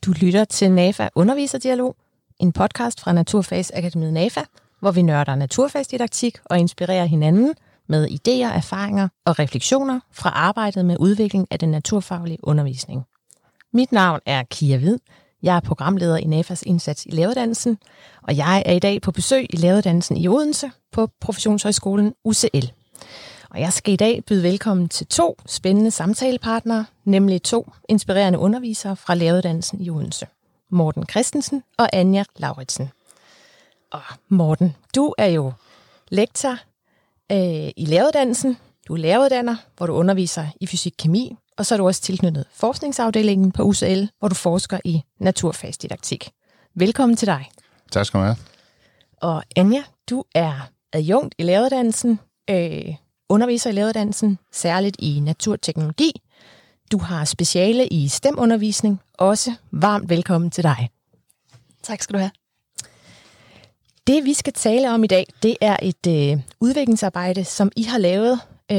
Du lytter til NAFA Underviserdialog, en podcast fra Naturfagsakademiet NAFA, hvor vi nørder naturfagsdidaktik og inspirerer hinanden med idéer, erfaringer og refleksioner fra arbejdet med udvikling af den naturfaglige undervisning. Mit navn er Kia Hvid. Jeg er programleder i NAFAs indsats i læreruddannelsen, og jeg er i dag på besøg i læreruddannelsen i Odense på Professionshøjskolen UCL. Og jeg skal i dag byde velkommen til 2 spændende samtalepartnere, nemlig 2 inspirerende undervisere fra læreruddannelsen i Odense. Morten Christensen og Anja Lauritsen. Og Morten, du er jo lektor i læreruddannelsen. Du er læreruddanner, hvor du underviser i fysik-kemi, og så er du også tilknyttet forskningsafdelingen på UCL, hvor du forsker i naturfagsdidaktik. Velkommen til dig. Tak skal du have. Og Anja, du er adjunkt i læreruddannelsen, underviser i læreruddannelsen, særligt i naturteknologi. Du har speciale i STEM-undervisning. Også varmt velkommen til dig. Tak skal du have. Det vi skal tale om i dag, det er et udviklingsarbejde, som I har lavet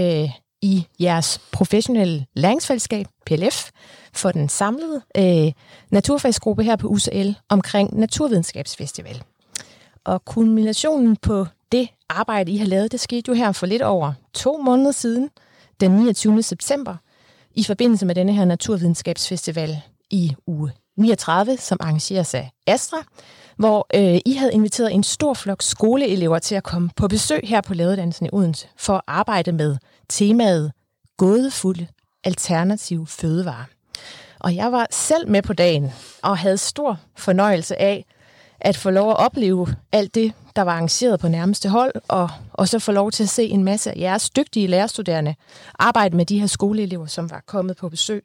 i jeres professionelle læringsfællesskab, PLF, for den samlede naturfagsgruppe her på UCL omkring Naturvidenskabsfestival. Og kulminationen på det arbejde, I har lavet, det skete jo her for lidt over 2 måneder siden, den 29. september, i forbindelse med denne her Naturvidenskabsfestival i uge 39, som arrangeres af Astra, hvor I havde inviteret en stor flok skoleelever til at komme på besøg her på læreruddannelsen i Odense for at arbejde med temaet gådefulde alternative fødevarer. Og jeg var selv med på dagen og havde stor fornøjelse af at få lov at opleve alt det, der var arrangeret på nærmeste hold, og så få lov til at se en masse af jeres dygtige lærerstuderende arbejde med de her skoleelever, som var kommet på besøg.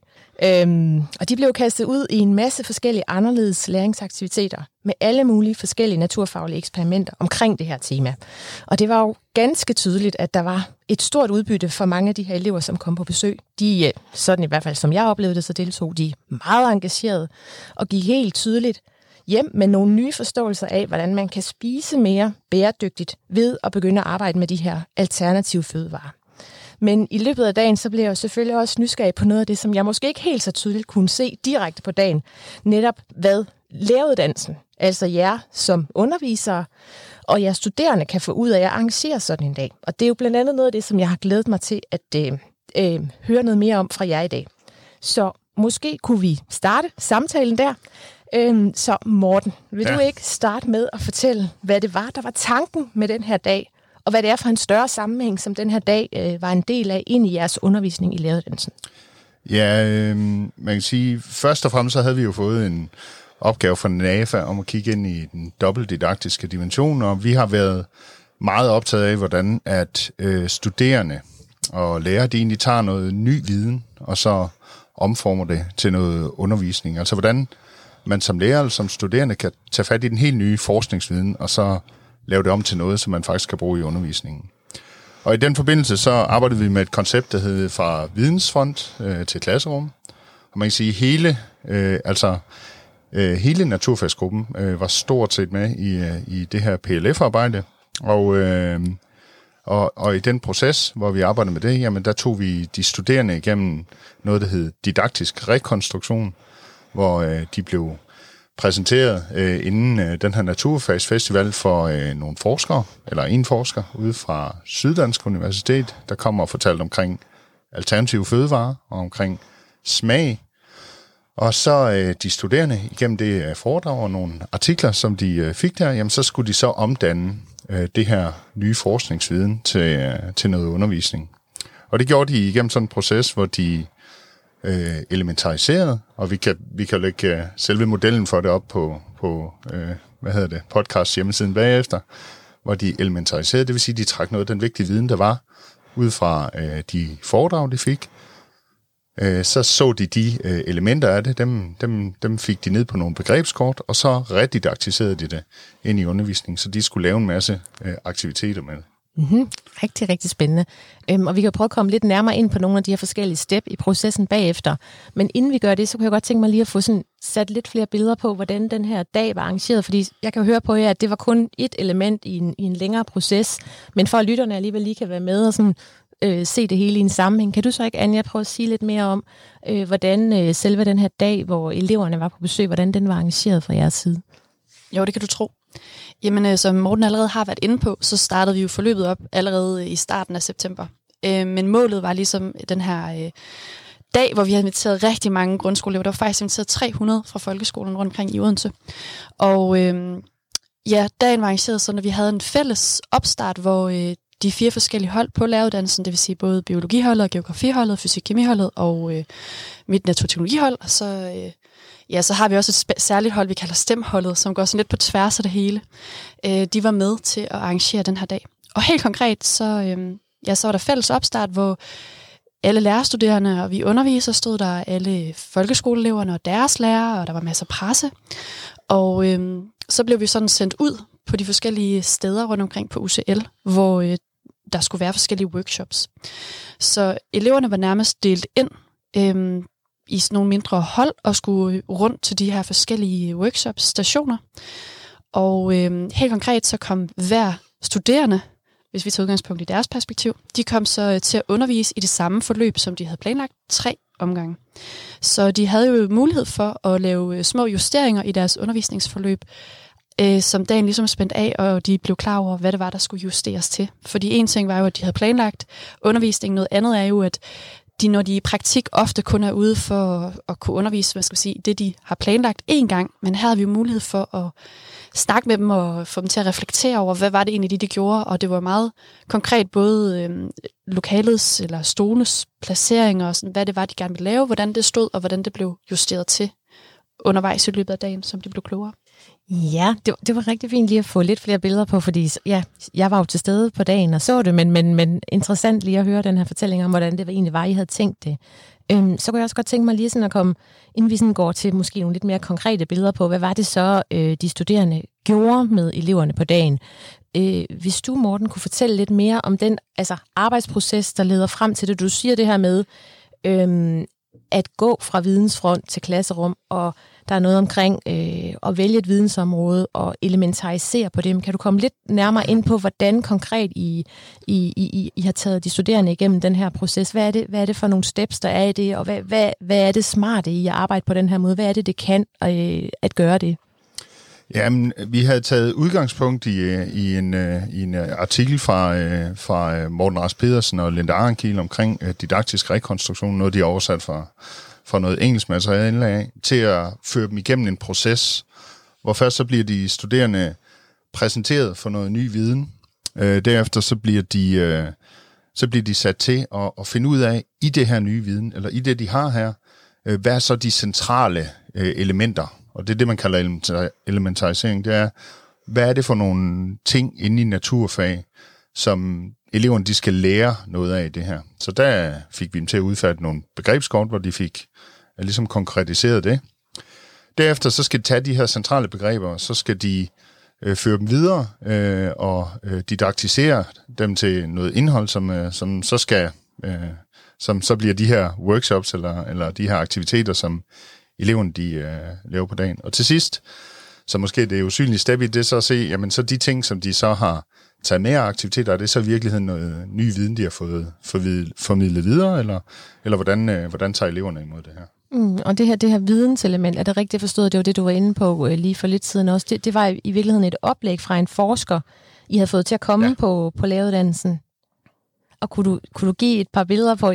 Og de blev kastet ud i en masse forskellige anderledes læringsaktiviteter med alle mulige forskellige naturfaglige eksperimenter omkring det her tema. Og det var jo ganske tydeligt, at der var et stort udbytte for mange af de her elever, som kom på besøg. De, sådan i hvert fald som jeg oplevede det, så deltog de meget engageret og gik helt tydeligt hjem med nogle nye forståelser af, hvordan man kan spise mere bæredygtigt ved at begynde at arbejde med de her alternative fødevarer. Men i løbet af dagen, så blev jeg selvfølgelig også nysgerrig på noget af det, som jeg måske ikke helt så tydeligt kunne se direkte på dagen. Netop hvad læreruddannelsen, altså jer som undervisere og jeres studerende, kan få ud af at arrangere sådan en dag. Og det er jo blandt andet noget af det, som jeg har glædet mig til at høre noget mere om fra jer i dag. Så måske kunne vi starte samtalen der. Så Morten, vil du ikke starte med at fortælle, hvad det var, der var tanken med den her dag, og hvad det er for en større sammenhæng, som den her dag var en del af ind i jeres undervisning i læreruddannelsen? Ja, man kan sige, først og fremmest så havde vi jo fået en opgave fra NAFA om at kigge ind i den dobbeltdidaktiske dimension, og vi har været meget optaget af, hvordan at studerende og lærere, de egentlig tager noget ny viden, og så omformer det til noget undervisning. Altså hvordan man som lærer eller som studerende kan tage fat i den helt nye forskningsviden, og så lave det om til noget, som man faktisk kan bruge i undervisningen. Og i den forbindelse så arbejdede vi med et koncept, der hed fra vidensfront til klasserum. Og man kan sige, hele naturfagsgruppen var stort set med i det her PLF-arbejde. Og i den proces, hvor vi arbejdede med det, jamen der tog vi de studerende igennem noget, der hed didaktisk rekonstruktion, hvor de blev præsenteret inden den her naturfagsfestival for nogle forskere, eller en forsker ude fra Syddansk Universitet, der kommer og fortalte omkring alternative fødevarer og omkring smag. Og så de studerende igennem det foredrag og nogle artikler, som de fik der, jamen så skulle de så omdanne det her nye forskningsviden til noget undervisning. Og det gjorde de igennem sådan en proces, hvor de elementariseret, og vi kan lægge selve modellen for det op på podcast hjemmesiden bagefter, hvor de elementariserede, det vil sige, de trak noget af den vigtige viden, der var, ud fra de foredrag, de fik. Så de elementer af det, dem fik de ned på nogle begrebskort, og så redidaktiserede de det ind i undervisningen, så de skulle lave en masse aktiviteter med det. Mm-hmm. Rigtig, rigtig spændende. Og vi kan prøve at komme lidt nærmere ind på nogle af de her forskellige step i processen bagefter. Men inden vi gør det, så kan jeg godt tænke mig lige at få sådan sat lidt flere billeder på, hvordan den her dag var arrangeret. Fordi jeg kan jo høre på jer, at det var kun et element i en længere proces. Men for at lytterne alligevel lige kan være med og sådan se det hele i en sammenhæng. Kan du så ikke, Anja, prøve at sige lidt mere om, hvordan selve den her dag, hvor eleverne var på besøg, hvordan den var arrangeret fra jeres side? Jo, det kan du tro. Jamen, som Morten allerede har været inde på, så startede vi jo forløbet op allerede i starten af september. Men målet var ligesom den her dag, hvor vi havde inviteret rigtig mange grundskoleelever. Der var faktisk inviteret 300 fra folkeskolen rundt omkring i Odense. Og dagen var arrangeret sådan, at vi havde en fælles opstart, hvor de 4 forskellige hold på læreruddannelsen, det vil sige både biologiholdet, geografiholdet, fysik-kemiholdet og mit naturteknologihold. Og så har vi også et særligt hold, vi kalder STEM-holdet, som går sådan lidt på tværs af det hele. De var med til at arrangere den her dag. Og helt konkret, så var der fælles opstart, hvor alle lærerstuderende og vi undervisere stod der, alle folkeskoleeleverne og deres lærere, og der var masser af presse. Og så blev vi sådan sendt ud på de forskellige steder rundt omkring på UCL, hvor der skulle være forskellige workshops. Så eleverne var nærmest delt ind i sådan nogle mindre hold og skulle rundt til de her forskellige workshop-stationer. Og helt konkret så kom hver studerende, hvis vi tager udgangspunkt i deres perspektiv, de kom så til at undervise i det samme forløb, som de havde planlagt 3 omgange. Så de havde jo mulighed for at lave små justeringer i deres undervisningsforløb, som dagen ligesom spændt af, og de blev klar over, hvad det var, der skulle justeres til. Fordi en ting var jo, at de havde planlagt undervisning, noget andet er jo, at de, når de i praktik ofte kun er ude for at kunne undervise, det de har planlagt 1 gang, men her havde vi jo mulighed for at snakke med dem og få dem til at reflektere over, hvad var det egentlig, de gjorde, og det var meget konkret både lokalets eller stolenes placeringer, og sådan, hvad det var, de gerne ville lave, hvordan det stod, og hvordan det blev justeret til undervejs i løbet af dagen, som de blev klogere. Ja, det var rigtig fint lige at få lidt flere billeder på, fordi jeg var jo til stede på dagen og så det, men interessant lige at høre den her fortælling om, hvordan det egentlig var, I havde tænkt det. Så kunne jeg også godt tænke mig lige sådan at komme, inden vi sådan går til måske nogle lidt mere konkrete billeder på, hvad var det så, de studerende gjorde med eleverne på dagen? Hvis du, Morten, kunne fortælle lidt mere om den arbejdsproces, der leder frem til det. Du siger det her med at gå fra vidensfront til klasserum, og der er noget omkring at vælge et vidensområde og elementarisere på dem. Kan du komme lidt nærmere ind på, hvordan konkret I har taget de studerende igennem den her proces? Hvad er det for nogle steps, der er i det, og hvad er det smarte i at arbejde på den her måde? Hvad er det kan at gøre det? Jamen, vi havde taget udgangspunkt i en artikel fra Morten Rask Pedersen og Linda Arenkiel omkring didaktisk rekonstruktion, noget de har oversat fra noget engelsk materiale af, til at føre dem igennem en proces, hvor først så bliver de studerende præsenteret for noget ny viden. Derefter så bliver de sat til at finde ud af, i det her nye viden, eller i det, de har her, hvad er så de centrale elementer. Og det er det, man kalder elementarisering. Det er, hvad er det for nogle ting inde i naturfag, som eleverne de skal lære noget af i det her. Så der fik vi dem til at udfærdige nogle begrebskort, hvor de fik ligesom konkretiseret det. Derefter så skal de tage de her centrale begreber, så skal de føre dem videre og didaktisere dem til noget indhold, som så bliver de her workshops eller de her aktiviteter, som eleverne de laver på dagen. Og til sidst, så måske det usynlige step i det, så at se, jamen så de ting, som de så har taget med af aktiviteter, er det så i virkeligheden noget ny viden, de har fået formidlet videre, eller hvordan tager eleverne imod det her? Og det her videnselement, er det rigtigt forstået? Det var det, du var inde på lige for lidt siden også. Det var i virkeligheden et oplæg fra en forsker, I havde fået til at komme på læreruddannelsen. Og kunne du give et par billeder på,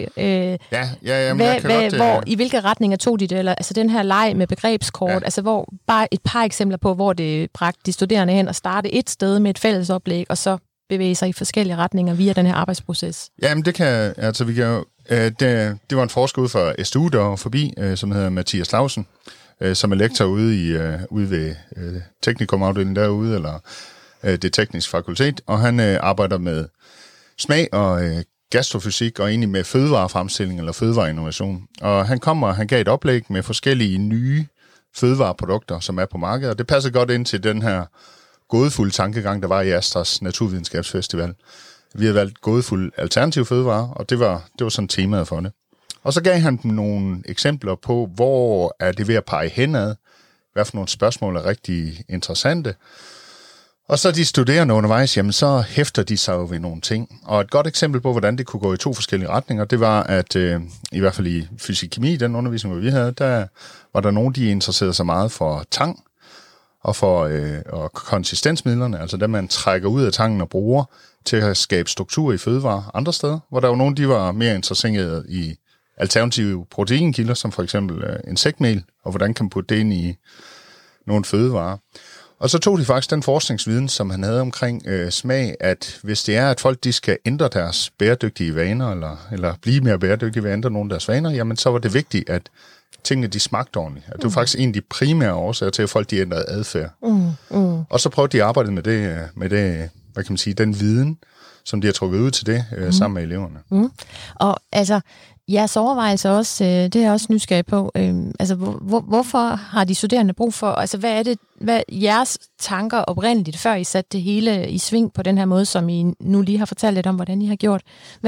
i hvilke retninger tog de det? Eller, altså den her leg med begrebskort, hvor bare et par eksempler på, hvor det bragte de studerende hen og starte et sted med et fælles oplæg, og så bevæge sig i forskellige retninger via den her arbejdsproces. Jamen det kan, vi kan jo, det var en forsker ude fra SDU, der var forbi, som hedder Mathias Lausen, som er lektor ude ved teknikumafdelingen derude, eller det tekniske fakultet, og han arbejder med smag og gastrofysik, og egentlig med fødevarefremstilling eller fødevareinnovation. Og han gav et oplæg med forskellige nye fødevareprodukter, som er på markedet, og det passer godt ind til den her gådefulde tankegang, der var i Astras Naturvidenskabsfestival. Vi havde valgt gådefulde alternative fødevarer, og det var sådan temaet for det. Og så gav han dem nogle eksempler på, hvor er det ved at pege henad, hvad for nogle spørgsmål er rigtig interessante. Og så de studerende undervejs, jamen så hæfter de sig jo ved nogle ting. Og et godt eksempel på, hvordan det kunne gå i 2 forskellige retninger, det var, at i hvert fald i fysik-kemi, den undervisning, hvor vi havde, der var der nogen, de interesserede sig meget for tang og for og konsistensmidlerne, altså det, man trækker ud af tangen og bruger til at skabe struktur i fødevarer andre steder, hvor der var nogen, de var mere interesserede i alternative proteinkilder, som for eksempel insektmel, og hvordan kan man putte det ind i nogle fødevarer. Og så tog de faktisk den forskningsviden, som han havde omkring smag, at hvis det er, at folk de skal ændre deres bæredygtige vaner, eller blive mere bæredygtige ved at ændre nogle af deres vaner, jamen så var det vigtigt, at tingene de smagte ordentligt. Det var faktisk en af de primære årsager til, at folk de ændrede adfærd. Og så prøvede de at arbejde med det, hvad kan man sige, den viden, som de har trukket ud til det sammen med eleverne. Og altså, jeres overvejelser også, det er jeg også nysgerrig på. Altså, hvorfor har de studerende brug for, altså hvad jeres tanker oprindeligt, før I satte det hele i sving på den her måde, som I nu lige har fortalt lidt om, hvordan I har gjort?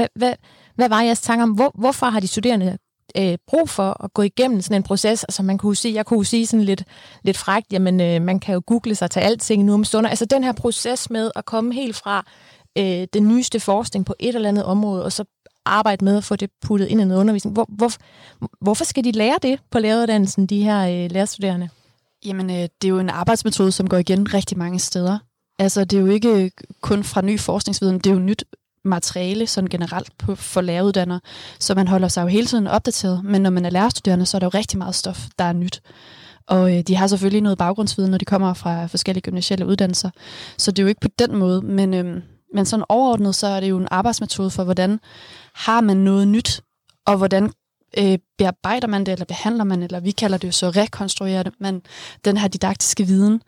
Hvad var jeres tanker om, hvorfor har de studerende brug for at gå igennem sådan en proces, altså man kunne sige, jeg kunne sige sådan lidt frækt, jamen man kan jo google sig til alting nu om stunder, altså den her proces med at komme helt fra den nyeste forskning på et eller andet område, og så arbejde med at få det puttet ind i noget undervisning. Hvorfor skal de lære det på læreruddannelsen, de her lærerstuderende? Jamen, det er jo en arbejdsmetode, som går igen rigtig mange steder. Altså, det er jo ikke kun fra ny forskningsviden, det er jo nyt materiale sådan generelt for læreruddannere, så man holder sig jo hele tiden opdateret, men når man er lærerstuderende, så er der jo rigtig meget stof, der er nyt. Og de har selvfølgelig noget baggrundsviden, når de kommer fra forskellige gymnasielle uddannelser, så det er jo ikke på den måde, men sådan overordnet, så er det jo en arbejdsmetode for, hvordan har man noget nyt, og hvordan bearbejder man det, eller behandler man, eller vi kalder det jo så rekonstruerer det, man den her didaktiske viden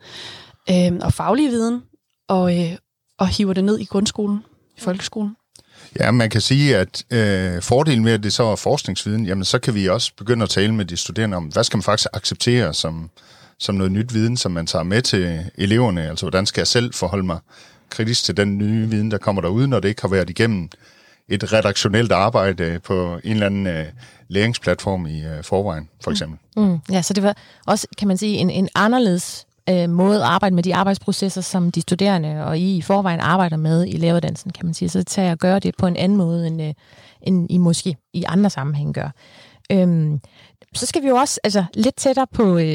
og faglige viden, og hiver det ned i grundskolen, i folkeskolen. Ja, man kan sige, at fordelen med, at det så er forskningsviden, jamen så kan vi også begynde at tale med de studerende om, hvad skal man faktisk acceptere som noget nyt viden, som man tager med til eleverne, altså hvordan skal jeg selv forholde mig kritisk til den nye viden, der kommer derude, når det ikke har været igennem et redaktionelt arbejde på en eller anden læringsplatform i forvejen, for eksempel. Ja, så det var også, kan man sige, en anderledes måde at arbejde med de arbejdsprocesser, som de studerende og I forvejen arbejder med i læreruddannelsen, kan man sige. Så tager jeg at gøre det på en anden måde, end I måske i andre sammenhæng gør. Så skal vi jo også lidt tættere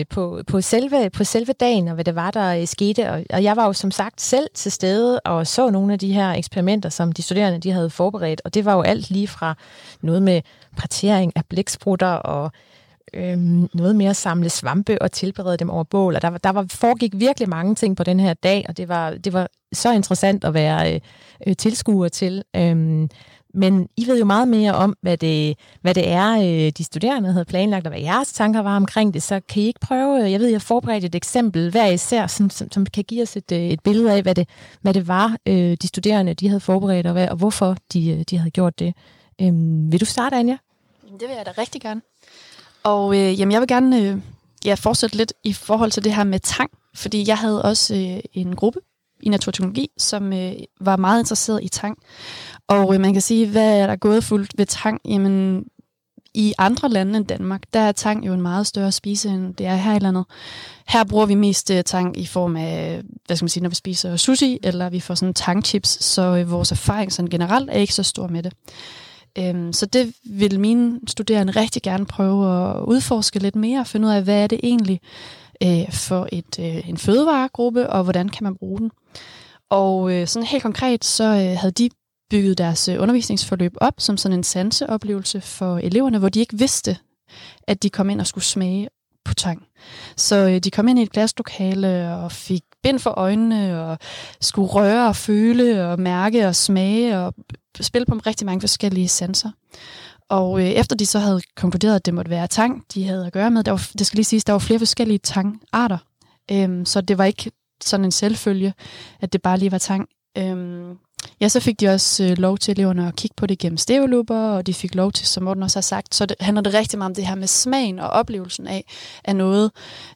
på selve dagen, og hvad det var, der skete. Og jeg var jo som sagt selv til stede og så nogle af de her eksperimenter, som de studerende de havde forberedt. Og det var jo alt lige fra noget med partering af blæksprutter og noget mere at samle svampe og tilberede dem over bål. Og der foregik virkelig mange ting på den her dag, og det var så interessant at være tilskuer til. Men I ved jo meget mere om, hvad det er, de studerende havde planlagt, og hvad jeres tanker var omkring det. Så kan I ikke prøve, jeg ved, jeg har forberedt et eksempel hver især, som kan give os et billede af, hvad det var, de studerende de havde forberedt, og hvorfor de havde gjort det. Vil du starte, Anja? Det vil jeg da rigtig gerne. Og jeg vil gerne fortsætte lidt i forhold til det her med tang, fordi jeg havde også en gruppe i naturteknologi, som var meget interesseret i tang. Og man kan sige, hvad er der gået fuldt ved tang? Jamen, i andre lande end Danmark, der er tang jo en meget større spise, end det er her i landet. Her bruger vi mest tang i form af, hvad skal man sige, når vi spiser sushi, eller vi får sådan tangchips, så vores erfaring sådan generelt er ikke så stor med det. Så det vil mine studerende rigtig gerne prøve at udforske lidt mere, og finde ud af, hvad er det egentlig for en fødevaregruppe, og hvordan kan man bruge den. Og sådan helt konkret, så havde de bygget deres undervisningsforløb op som sådan en sanseoplevelse for eleverne, hvor de ikke vidste, at de kom ind og skulle smage på tang. Så de kom ind i et glaslokale og fik bind for øjnene og skulle røre og føle og mærke og smage og spille på rigtig mange forskellige sanser. Og efter de så havde konkluderet, at det måtte være tang, de havde at gøre med, det skal lige siges, der var flere forskellige tangarter. Så det var ikke sådan en selvfølge, at det bare lige var tang. Så fik de også lov til eleverne at kigge på det gennem stereolupper, og de fik lov til, som Morten også har sagt, så handler det rigtig meget om det her med smagen og oplevelsen af noget.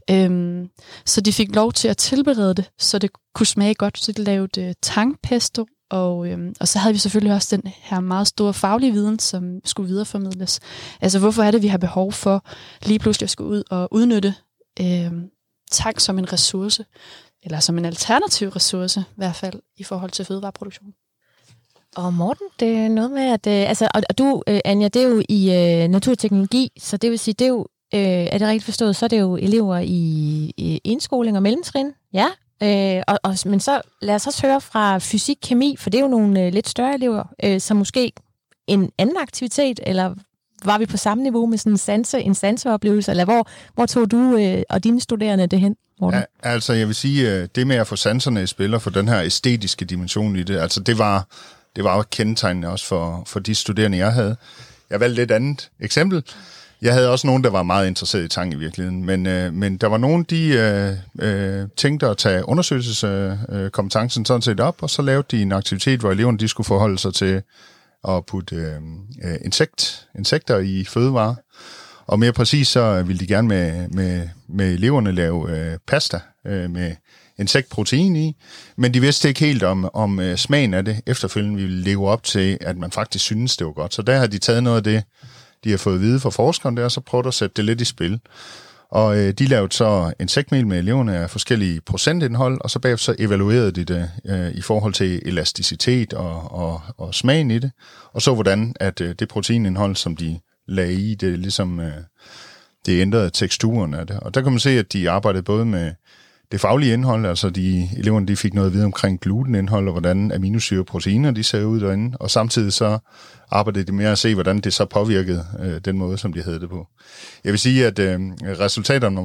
Så de fik lov til at tilberede det, så det kunne smage godt, så de lavede tangpesto, og så havde vi selvfølgelig også den her meget store faglige viden, som skulle videreformidles. Altså, hvorfor er det, vi har behov for lige pludselig at skulle ud og udnytte tang som en ressource? eller som en alternativ ressource, i hvert fald i forhold til fødevareproduktion. Og Morten, det er noget med, at og du, Anja, det er jo i naturteknologi, så det vil sige, det er jo, er det rigtigt forstået, så er det jo elever i indskoling og mellemtrin, ja. Men så lad os også høre fra fysik, kemi, for det er jo nogle lidt større elever, som måske en anden aktivitet, eller var vi på samme niveau med sådan en sanseoplevelse, eller hvor tog du og dine studerende det hen, Morten? Ja, altså jeg vil sige, det med at få sanserne i spil og for den her æstetiske dimension i det, altså det var jo kendetegnende også for de studerende, jeg havde. Jeg valgte et andet eksempel. Jeg havde også nogen, der var meget interesseret i tang i virkeligheden, men der var nogen, de tænkte at tage undersøgelseskompetencen sådan set op, og så lavede de en aktivitet, hvor eleverne de skulle forholde sig til at putte insekter i fødevarer. Og mere præcis, så ville de gerne med eleverne lave pasta med insektprotein i, men de vidste ikke helt om smagen af det efterfølgende ville leve op til, at man faktisk synes, det var godt. Så der har de taget noget af det, de har fået at vide fra forskeren der, og så prøvet at sætte det lidt i spil. Og de lavede så insektmel med eleverne af forskellige procentindhold, og så bagefter så evaluerede de det i forhold til elasticitet og smagen i det, og så hvordan at det proteinindhold, som de lagde i, det ligesom det ændrede teksturen af det. Og der kan man se, at de arbejdede både med det faglige indhold, altså eleverne de fik noget at vide omkring glutenindhold, og hvordan aminosyre og proteiner de ser ud derinde, og samtidig så arbejdede de med at se, hvordan det så påvirkede den måde, som de havde det på. Jeg vil sige, at resultaterne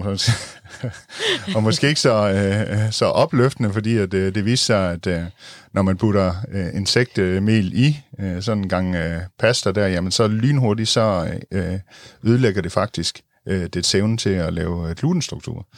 var måske ikke så opløftende, fordi at, det viste sig, at når man putter insektmel i sådan en gang pasta der, jamen så lynhurtigt, så ødelægger det faktisk det evne til at lave glutenstruktur.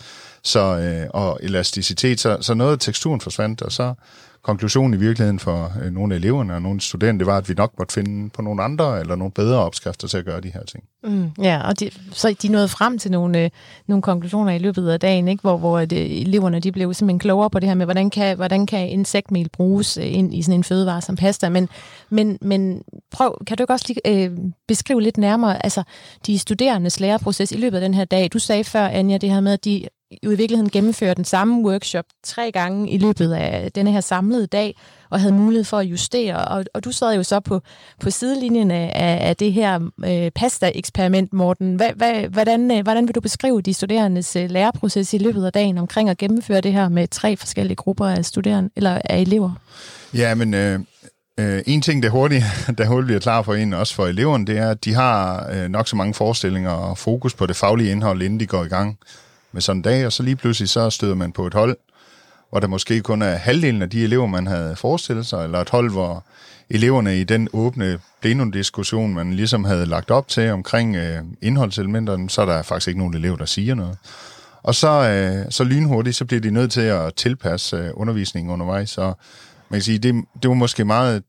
Og elasticitet, så noget af teksturen forsvandt, og så konklusionen i virkeligheden for nogle af eleverne og nogle studerende, det var, at vi nok måtte finde på nogle andre eller nogle bedre opskrifter til at gøre de her ting. Ja, og så de nåede frem til nogle konklusioner i løbet af dagen, ikke? Hvor eleverne de blev simpelthen klogere på det her med, hvordan kan insektmel bruges ind i sådan en fødevare som pasta. Men prøv, kan du ikke også lige beskrive lidt nærmere, altså de studerendes læreproces i løbet af den her dag? Du sagde før, Anja, det her med, at de jo i virkeligheden gennemførte den samme workshop 3 gange i løbet af denne her samlede dag, og havde mulighed for at justere. Og du sad jo så på sidelinjen af det her pasta-eksperiment, Morten. Hvordan vil du beskrive de studerendes læreproces i løbet af dagen omkring at gennemføre det her med 3 forskellige grupper af studerende eller af elever? Ja, men en ting, der hurtigt bliver klar for en, også for eleverne, det er, at de har nok så mange forestillinger og fokus på det faglige indhold, inden de går i gang med sådan en dag, og så lige pludselig så støder man på et hold, hvor der måske kun er halvdelen af de elever, man havde forestillet sig, eller et hold, hvor eleverne i den åbne plenumdiskussion, man ligesom havde lagt op til omkring indholdselementerne, så er der faktisk ikke nogen elever, der siger noget. Og så lynhurtigt, så bliver de nødt til at tilpasse undervisningen undervejs, så man kan sige, det var måske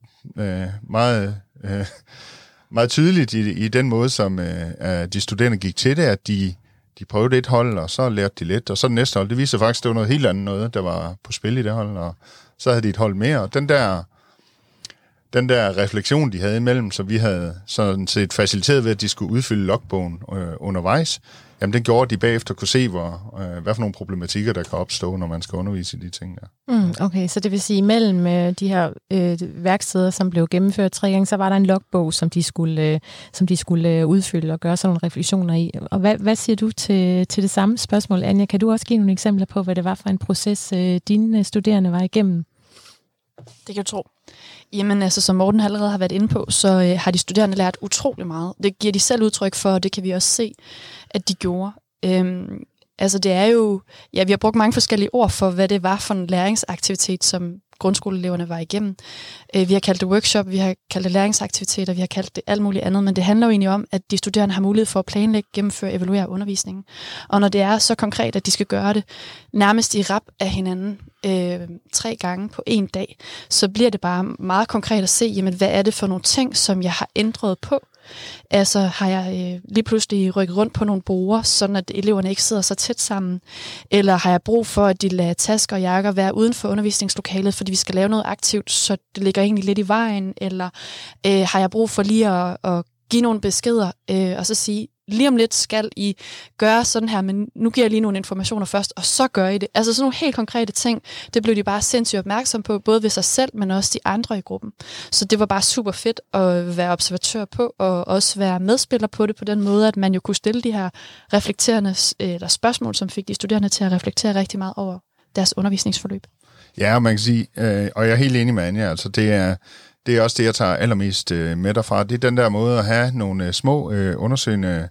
meget tydeligt i den måde, som de studerende gik til det, at de prøvede et hold, og så lærte de lidt, og så det næste hold, det viste faktisk, det var noget helt andet noget, der var på spil i det hold, og så havde de et hold mere, og den der refleksion, de havde imellem, så vi havde sådan set faciliteret ved, at de skulle udfylde logbogen undervejs, jamen den gjorde, at de bagefter kunne se, hvad for nogle problematikker, der kan opstå, når man skal undervise i de ting der. Okay, så det vil sige, mellem de her værksteder, som blev gennemført 3 gange, så var der en logbog, som de skulle udfylde og gøre sådan nogle refleksioner i. Og hvad siger du til det samme spørgsmål, Anja? Kan du også give nogle eksempler på, hvad det var for en proces, dine studerende var igennem? Det kan du tro. Jamen altså, som Morten allerede har været inde på, så har de studerende lært utrolig meget. Det giver de selv udtryk for, og det kan vi også se, at de gjorde. Altså det er jo, ja, vi har brugt mange forskellige ord for, hvad det var for en læringsaktivitet, som grundskoleeleverne var igennem. Vi har kaldt det workshop, vi har kaldt det læringsaktiviteter, vi har kaldt det alt muligt andet, men det handler jo egentlig om, at de studerende har mulighed for at planlægge, gennemføre, evaluere undervisningen. Og når det er så konkret, at de skal gøre det nærmest i rap af hinanden 3 gange på 1 dag, så bliver det bare meget konkret at se, jamen, hvad er det for nogle ting, som jeg har ændret på. Altså har jeg lige pludselig rykket rundt på nogle borde, sådan at eleverne ikke sidder så tæt sammen, eller har jeg brug for, at de lader tasker og jakker være uden for undervisningslokalet, fordi vi skal lave noget aktivt, så det ligger egentlig lidt i vejen, eller har jeg brug for lige at give nogle beskeder, og så sige, lige om lidt skal I gøre sådan her, men nu giver jeg lige nogle informationer først, og så gør I det. Altså sådan nogle helt konkrete ting, det blev de bare sindssygt opmærksom på, både ved sig selv, men også de andre i gruppen. Så det var bare super fedt at være observatør på, og også være medspiller på det på den måde, at man jo kunne stille de her reflekterende spørgsmål, som fik de studerende til at reflektere rigtig meget over deres undervisningsforløb. Ja, man kan sige, og jeg er helt enig med Anja, altså det er også det, jeg tager allermest med derfra. Det er den der måde at have nogle små undersøgende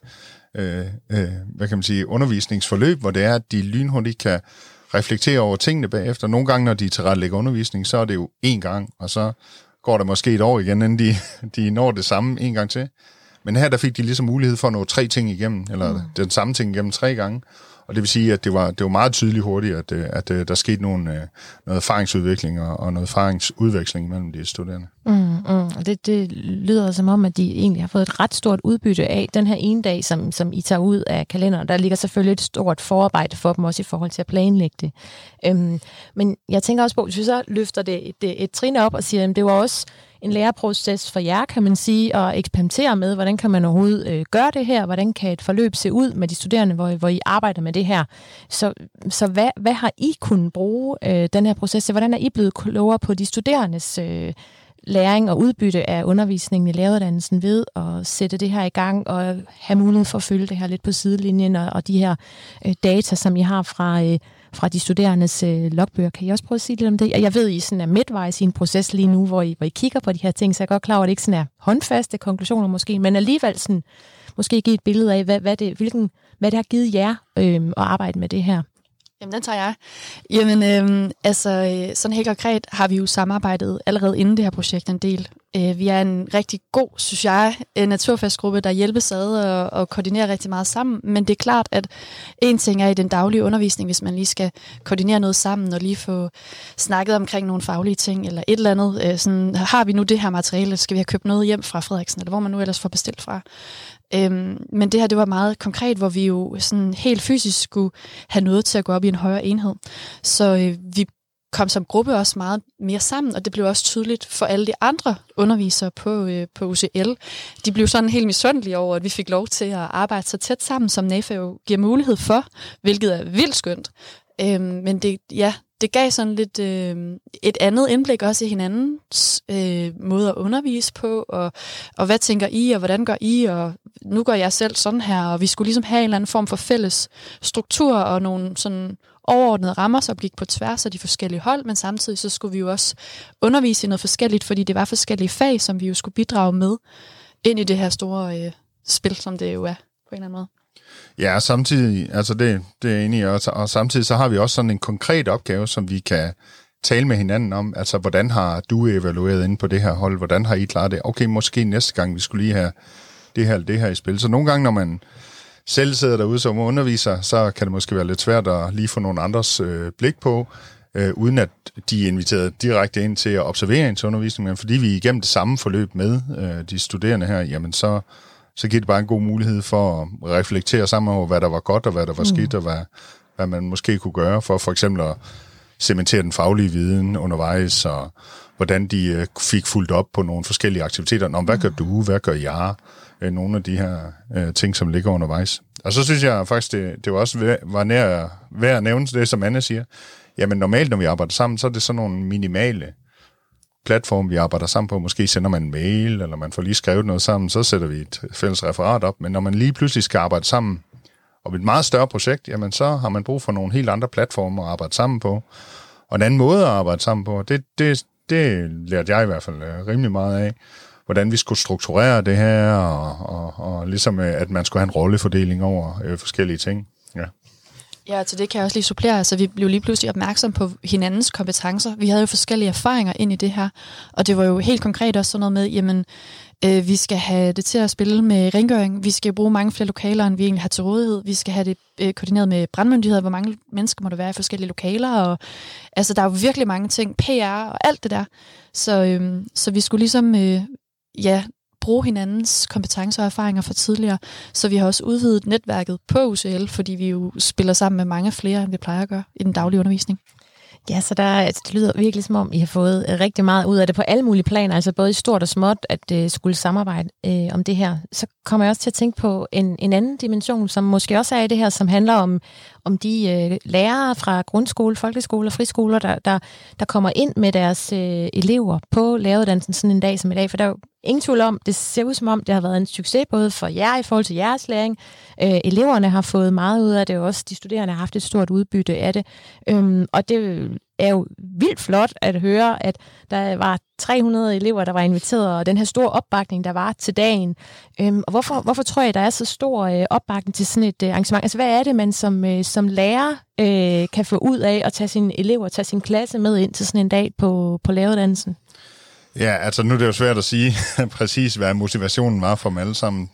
hvad kan man sige, undervisningsforløb, hvor det er, at de lynhurtigt kan reflektere over tingene bagefter. Nogle gange, når de tilrettelægger undervisning, så er det jo én gang, og så går der måske et år igen, inden de når det samme en gang til. Men her der fik de ligesom mulighed for at nå 3 ting igennem, eller den samme ting igennem 3 gange. Og det vil sige, at det var meget tydeligt hurtigt, at der skete noget erfaringsudvikling og noget erfaringsudveksling mellem de studerende. Og det lyder som om, at de egentlig har fået et ret stort udbytte af den her ene dag, som I tager ud af kalenderen. Der ligger selvfølgelig et stort forarbejde for dem også i forhold til at planlægge det. Men jeg tænker også på, hvis vi så løfter det et trin op og siger, at det var også en læreproces for jer, kan man sige, at eksperimentere med, hvordan kan man overhovedet gøre det her, hvordan kan et forløb se ud med de studerende, hvor I arbejder med det her. Så hvad har I kunnet bruge den her proces? Hvordan er I blevet klogere på de studerendes læring og udbytte af undervisningen i læreruddannelsen ved at sætte det her i gang og have mulighed for at følge det her lidt på sidelinjen og de her data, som I har fra de studerendes logbøger. Kan I også prøve at sige lidt om det? Jeg ved, I sådan er midtvejs i en proces lige nu, hvor I kigger på de her ting, så jeg er godt klar over, at det ikke sådan er håndfaste konklusioner måske, men alligevel sådan, måske give et billede af, hvad det har givet jer at arbejde med det her. Jamen, den tager jeg. Jamen, sådan helt konkret har vi jo samarbejdet allerede inden det her projekt en del. Vi er en rigtig god, synes jeg, naturfagsgruppe, der hjælpes ad og koordinerer rigtig meget sammen. Men det er klart, at en ting er i den daglige undervisning, hvis man lige skal koordinere noget sammen og lige få snakket omkring nogle faglige ting eller et eller andet. Sådan, har vi nu det her materiale? Skal vi have købt noget hjem fra Frederiksen, eller hvor man nu ellers får bestilt fra? Men det her, det var meget konkret, hvor vi jo sådan helt fysisk skulle have noget til at gå op i en højere enhed. Så vi kom som gruppe også meget mere sammen, og det blev også tydeligt for alle de andre undervisere på UCL. De blev sådan helt misundelige over, at vi fik lov til at arbejde så tæt sammen, som NAFA jo giver mulighed for, hvilket er vildt skønt. Men det gav sådan lidt et andet indblik også i hinandens måde at undervise på, og hvad tænker I, og hvordan gør I, og nu gør jeg selv sådan her, og vi skulle ligesom have en eller anden form for fælles struktur og nogle sådan overordnede rammer, som gik på tværs af de forskellige hold, men samtidig så skulle vi jo også undervise i noget forskelligt, fordi det var forskellige fag, som vi jo skulle bidrage med ind i det her store spil, som det jo er på en eller anden måde. Ja, samtidig, altså det er jeg enig i, og samtidig så har vi også sådan en konkret opgave, som vi kan tale med hinanden om, altså hvordan har du evalueret inde på det her hold, hvordan har I klaret det? Okay, måske næste gang, vi skulle lige have det her i spil. Så nogle gange, når man selv sidder derude som underviser, så kan det måske være lidt svært at lige få nogle andres blik på, uden at de er inviteret direkte ind til at observere ens undervisning, men fordi vi er igennem det samme forløb med de studerende her, jamen så giver det bare en god mulighed for at reflektere sammen over, hvad der var godt og hvad der var skidt, og hvad man måske kunne gøre for eksempel at cementere den faglige viden undervejs, og hvordan de fik fulgt op på nogle forskellige aktiviteter. Hvad gør du? Hvad gør jeg? Nogle af de her ting, som ligger undervejs. Og så synes jeg faktisk, det var også værd at nævne det, som Anna siger. Jamen normalt, når vi arbejder sammen, så er det sådan nogle minimale platform, vi arbejder sammen på. Måske sender man en mail, eller man får lige skrevet noget sammen, så sætter vi et fælles referat op. Men når man lige pludselig skal arbejde sammen om et meget større projekt, jamen så har man brug for nogle helt andre platformer at arbejde sammen på. Og en anden måde at arbejde sammen på, det lærte jeg i hvert fald rimelig meget af. Hvordan vi skulle strukturere det her, og ligesom at man skulle have en rollefordeling over forskellige ting. Ja. Ja, til det kan jeg også lige supplere. Altså, vi blev lige pludselig opmærksom på hinandens kompetencer. Vi havde jo forskellige erfaringer ind i det her, og det var jo helt konkret også sådan noget med, jamen, vi skal have det til at spille med rengøring, vi skal bruge mange flere lokaler, end vi egentlig har til rådighed, vi skal have det koordineret med brandmyndigheder, hvor mange mennesker må der være i forskellige lokaler, og altså, der er jo virkelig mange ting, PR og alt det der. Så vi skulle ligesom, bruge hinandens kompetencer og erfaringer fra tidligere. Så vi har også udvidet netværket på UCL, fordi vi jo spiller sammen med mange flere, end vi plejer at gøre i den daglige undervisning. Ja, så det lyder virkelig som om, I har fået rigtig meget ud af det på alle mulige planer, altså både i stort og småt, at skulle samarbejde om det her. Så kommer jeg også til at tænke på en anden dimension, som måske også er i det her, som handler om de lærere fra grundskole, folkeskole og friskoler, der kommer ind med deres elever på læreruddannelsen sådan en dag som i dag. For der er jo ingen tvivl om, det ser ud som om, det har været en succes både for jer i forhold til jeres læring. Eleverne har fået meget ud af det, og også de studerende har haft et stort udbytte af det. Og det er jo vildt flot at høre, at der var 300 elever, der var inviteret, og den her store opbakning, der var til dagen. Og hvorfor tror jeg, der er så stor opbakning til sådan et arrangement? Altså, hvad er det, man som lærer kan få ud af at tage sine elever, tage sin klasse med ind til sådan en dag på læreruddannelsen? Ja, altså nu er det jo svært at sige præcis, hvad motivationen var for dem alle sammen.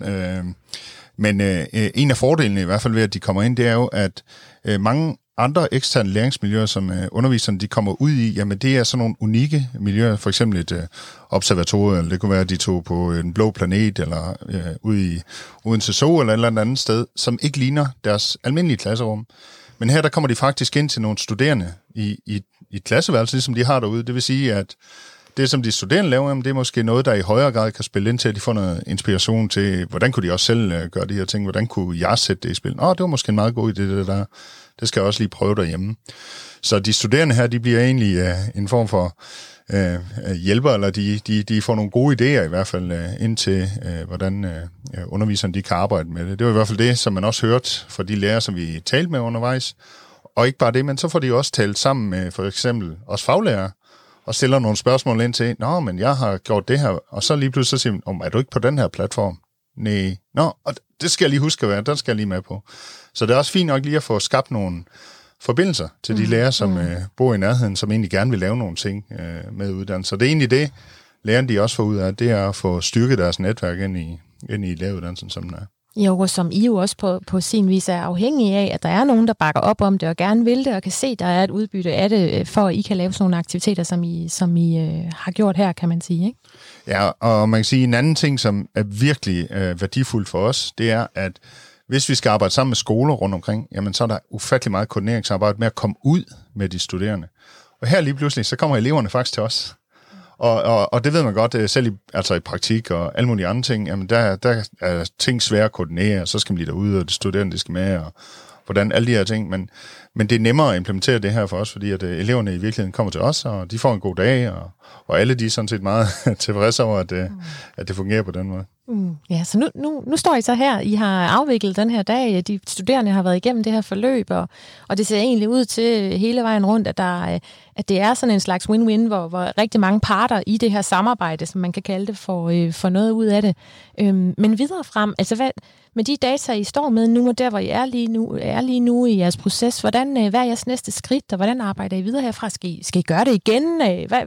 Men en af fordelene, i hvert fald ved, at de kommer ind, det er jo, at mange andre eksterne læringsmiljøer, som underviserne de kommer ud i, jamen det er sådan nogle unikke miljøer, for eksempel et observatorium, eller det kunne være, at de tog på en blå planet, eller ude i Odense Zoo, eller et eller andet sted, som ikke ligner deres almindelige klasserum. Men her der kommer de faktisk ind til nogle studerende i et klasseværelse, ligesom de har derude. Det vil sige, at det, som de studerende laver, det er måske noget, der i højere grad kan spille ind til, at de får noget inspiration til, hvordan kunne de også selv gøre de her ting, hvordan kunne jeg sætte det i spil? Det var måske en meget god idé, det der. Det skal jeg også lige prøve derhjemme. Så de studerende her, de bliver egentlig en form for hjælper, eller de får nogle gode idéer i hvert fald ind til, hvordan underviserne de kan arbejde med det. Det var i hvert fald det, som man også hørte fra de lærere, som vi talte med undervejs. Og ikke bare det, men så får de også talt sammen med for eksempel os faglærere, og stiller nogle spørgsmål ind til, men jeg har gjort det her, og så lige pludselig så siger man, er du ikke på den her platform? Nej. Og det skal jeg lige huske at være, den skal jeg lige med på. Så det er også fint nok lige at få skabt nogle forbindelser til de lærere, som bor i nærheden, som egentlig gerne vil lave nogle ting med uddannelse. Så det er egentlig det, lærerne de også får ud af, det er at få styrket deres netværk ind i læreruddannelsen, som den er. Jo, og som I jo også på sin vis er afhængige af, at der er nogen, der bakker op om det og gerne vil det, og kan se, at der er et udbytte af det, for at I kan lave sådan nogle aktiviteter, som I har gjort her, kan man sige, ikke? Ja, og man kan sige, en anden ting, som er virkelig værdifuld for os, det er, at hvis vi skal arbejde sammen med skoler rundt omkring, jamen så er der ufattelig meget koordineringsarbejde med at komme ud med de studerende. Og her lige pludselig, så kommer eleverne faktisk til os. Og det ved man godt, selv i praktik og alle mulige andre ting, jamen der er ting svære at koordinere, så skal man lige derude, og de studerende skal med, og hvordan alle de her ting. Men det er nemmere at implementere det her for os, fordi at eleverne i virkeligheden kommer til os, og de får en god dag, og alle de er sådan set meget tilfredse over, at det fungerer på den måde. Ja, så nu står I så her. I har afviklet den her dag. De studerende har været igennem det her forløb, og det ser egentlig ud til hele vejen rundt, at det er sådan en slags win-win, hvor rigtig mange parter i det her samarbejde, som man kan kalde det, får noget ud af det. Men videre frem, altså med de data, I står med nu, og der, hvor I er lige nu i jeres proces, hvad er jeres næste skridt, og hvordan arbejder I videre herfra? Skal I gøre det igen?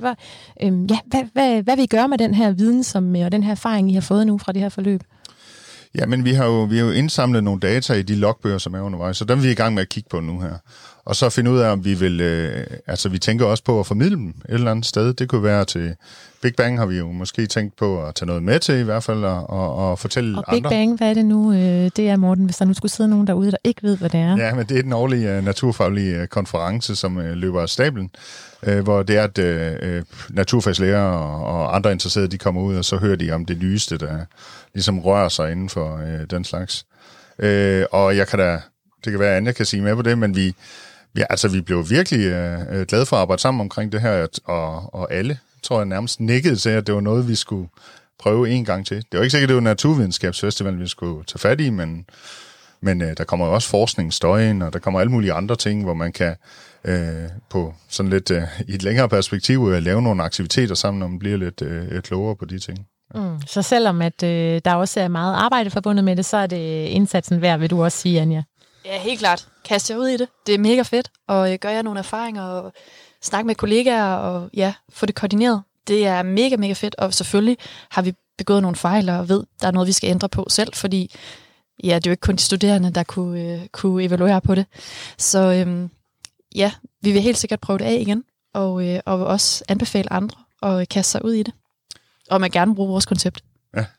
Hvad vil I gøre med den her viden og den her erfaring, I har fået nu fra det her forløb? Ja, men vi har jo indsamlet nogle data i de logbøger, som er undervejs, så dem er vi i gang med at kigge på nu her. Og så finde ud af, om vi vil, vi tænker også på at formidle dem et eller andet sted. Det kunne være til Big Bang, har vi jo måske tænkt på at tage noget med til i hvert fald, og fortælle andre. Og Big Bang, hvad er det nu? Det er, Morten, hvis der nu skulle sidde nogen derude, der ikke ved, hvad det er. Ja, men det er den årlige naturfaglige konference, som løber af stablen, hvor det er, at naturfagslærer og andre interesserede, de kommer ud, og så hører de om det nyeste, der ligesom rører sig inden for den slags. Og det kan være, at Anja kan sige med på det, men vi blev virkelig glade for at arbejde sammen omkring det her, og alle, tror jeg, nærmest nikkede til, at det var noget, vi skulle prøve en gang til. Det var ikke sikkert, det var Naturvidenskabsfestivalen, vi skulle tage fat i, men der kommer jo også forskningsstøjen, og der kommer alle mulige andre ting, hvor man kan på sådan lidt i et længere perspektiv lave nogle aktiviteter sammen, når man bliver lidt klogere på de ting. Så selvom at der også er meget arbejde forbundet med det, så er det indsatsen værd, vil du også sige, Anja? Ja, helt klart. Kast jer ud i det. Det er mega fedt, og gør jer nogle erfaringer, og snakke med kollegaer, og få det koordineret. Det er mega, mega fedt, og selvfølgelig har vi begået nogle fejl, og ved, der er noget, vi skal ændre på selv, fordi det er jo ikke kun de studerende, der kunne evaluere på det. Så vi vil helt sikkert prøve det af igen, og også anbefale andre at kaste sig ud i det. Og man gerne bruge vores koncept. Ja.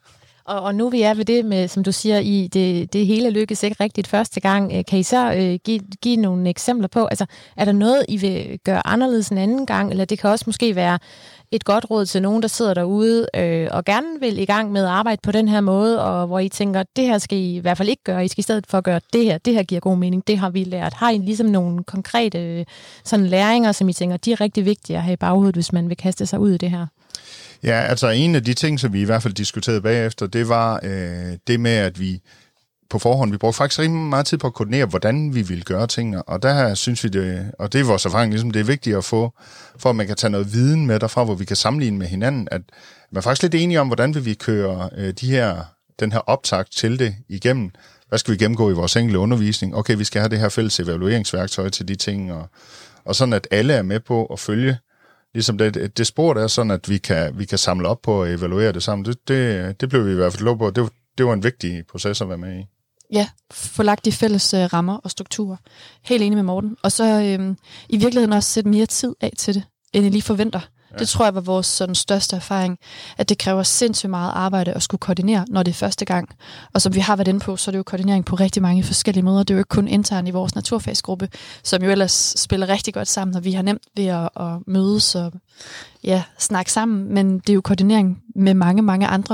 Og nu vi er ved det med, som du siger, i det hele lykkes ikke rigtigt første gang. Kan I så give nogle eksempler på, altså er der noget, I vil gøre anderledes en anden gang, eller det kan også måske være et godt råd til nogen, der sidder derude og gerne vil i gang med at arbejde på den her måde, og hvor I tænker, det her skal I hvert fald ikke gøre, I skal i stedet for gøre det her giver god mening, det har vi lært. Har I ligesom nogle konkrete sådan læringer, som I tænker, de er rigtig vigtige at have i baghovedet, hvis man vil kaste sig ud i det her? Ja, altså en af de ting, som vi i hvert fald diskuterede bagefter, det var det med, at vi på forhånd, vi brugte faktisk rigtig meget tid på at koordinere, hvordan vi ville gøre tingene, og der synes vi det, og det er vores erfaring, ligesom det er vigtigt at få, for at man kan tage noget viden med derfra, hvor vi kan sammenligne med hinanden, at man er faktisk lidt enige om, hvordan vil vi køre den her optakt til det igennem. Hvad skal vi gennemgå i vores enkelte undervisning? Okay, vi skal have det her fælles evalueringsværktøj til de ting, og sådan at alle er med på at følge ligesom det spor, der er sådan, at vi kan samle op på at evaluere det sammen. Det blev vi i hvert fald lov på. Det var en vigtig proces at være med i. Ja, få lagt de fælles rammer og strukturer. Helt enig med Morten. Og så i virkeligheden også sætte mere tid af til det, end I lige forventer. Ja. Det tror jeg var vores sådan, største erfaring, at det kræver sindssygt meget arbejde at skulle koordinere, når det er første gang. Og som vi har været inde på, så er det jo koordinering på rigtig mange forskellige måder. Det er jo ikke kun internt i vores naturfagsgruppe, som jo ellers spiller rigtig godt sammen, og vi har nemt ved at mødes og snakke sammen. Men det er jo koordinering med mange, mange andre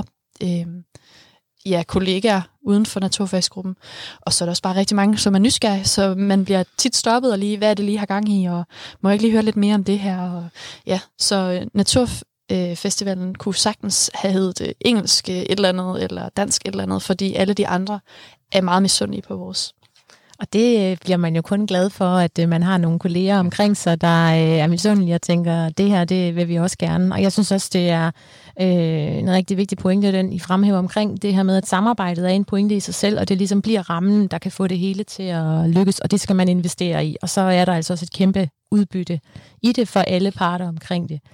kollegaer uden for naturfagsgruppen. Og så er der også bare rigtig mange, som er nysgerrige, så man bliver tit stoppet og lige, hvad er det lige har gang i, og må jeg ikke lige høre lidt mere om det her? Og, så Naturfestivalen kunne sagtens have heddet engelsk et eller andet, eller dansk et eller andet, fordi alle de andre er meget misundelige på vores. Og det bliver man jo kun glad for, at man har nogle kolleger omkring sig, der er misundelige og tænker, det her, det vil vi også gerne. Og jeg synes også, det er en rigtig vigtig pointe, den I fremhæver omkring det her med, at samarbejdet er en pointe i sig selv, og det ligesom bliver rammen, der kan få det hele til at lykkes, og det skal man investere i. Og så er der altså også et kæmpe udbytte i det for alle parter omkring det.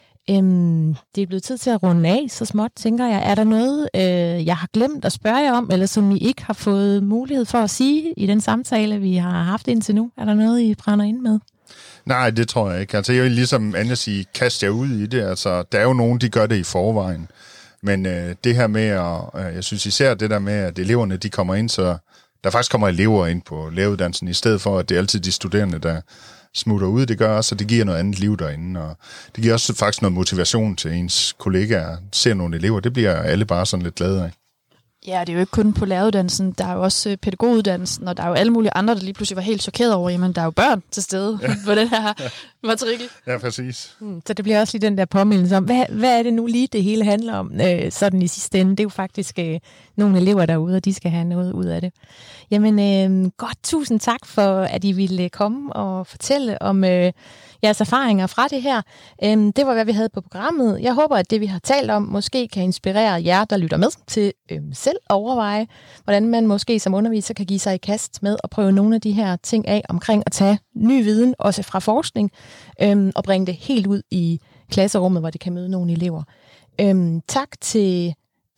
Det er blevet tid til at runde af så småt, tænker jeg. Er der noget, jeg har glemt at spørge jer om, eller som I ikke har fået mulighed for at sige i den samtale, vi har haft indtil nu? Er der noget, I brænder ind med? Nej, det tror jeg ikke. Altså, jeg vil ligesom Anja sige, kast jer ud i det. Altså, der er jo nogen, de gør det i forvejen. Men det her med, jeg synes især det der med, at eleverne, de kommer ind, så der faktisk kommer elever ind på læreruddannelsen, i stedet for, at det er altid de studerende, der smutter ud. Det gør også, at det giver noget andet liv derinde, og det giver også faktisk noget motivation til ens kollegaer. Ser nogle elever, det bliver alle bare sådan lidt glade af. Ja, det er jo ikke kun på læreruddannelsen, der er jo også pædagoguddannelsen, og der er jo alle mulige andre, der lige pludselig var helt chokeret over, jamen der er jo børn til stede på den her matrikel. Ja, præcis. Så det bliver også lige den der påmindelse om, hvad er det nu lige, det hele handler om, sådan i sidste ende. Det er jo faktisk nogle elever derude, og de skal have noget ud af det. Jamen, godt, tusind tak for, at I ville komme og fortælle om jeres erfaringer fra det her. Det var, hvad vi havde på programmet. Jeg håber, at det, vi har talt om, måske kan inspirere jer, der lytter med, til selv at overveje, hvordan man måske som underviser kan give sig i kast med at prøve nogle af de her ting af omkring at tage ny viden, også fra forskning, og bringe det helt ud i klasserummet, hvor det kan møde nogle elever. Tak til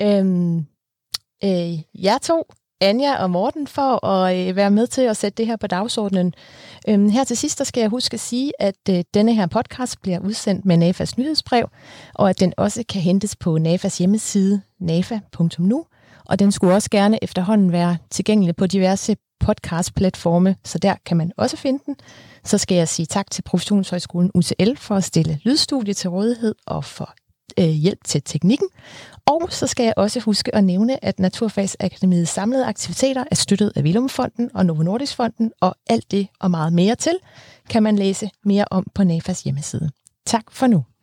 jer to, Anja og Morten, for at være med til at sætte det her på dagsordenen. Her til sidst, der skal jeg huske at sige, at denne her podcast bliver udsendt med NAFAs nyhedsbrev, og at den også kan hentes på NAFAs hjemmeside, nafa.nu, og den skulle også gerne efterhånden være tilgængelig på diverse podcast-platforme, så der kan man også finde den. Så skal jeg sige tak til Professionshøjskolen UCL for at stille lydstudiet til rådighed og for hjælp til teknikken. Og så skal jeg også huske at nævne, at Naturfagsakademiets samlede aktiviteter er støttet af Villumfonden og Novo Nordisk Fonden, og alt det og meget mere til kan man læse mere om på NAFAs hjemmeside. Tak for nu.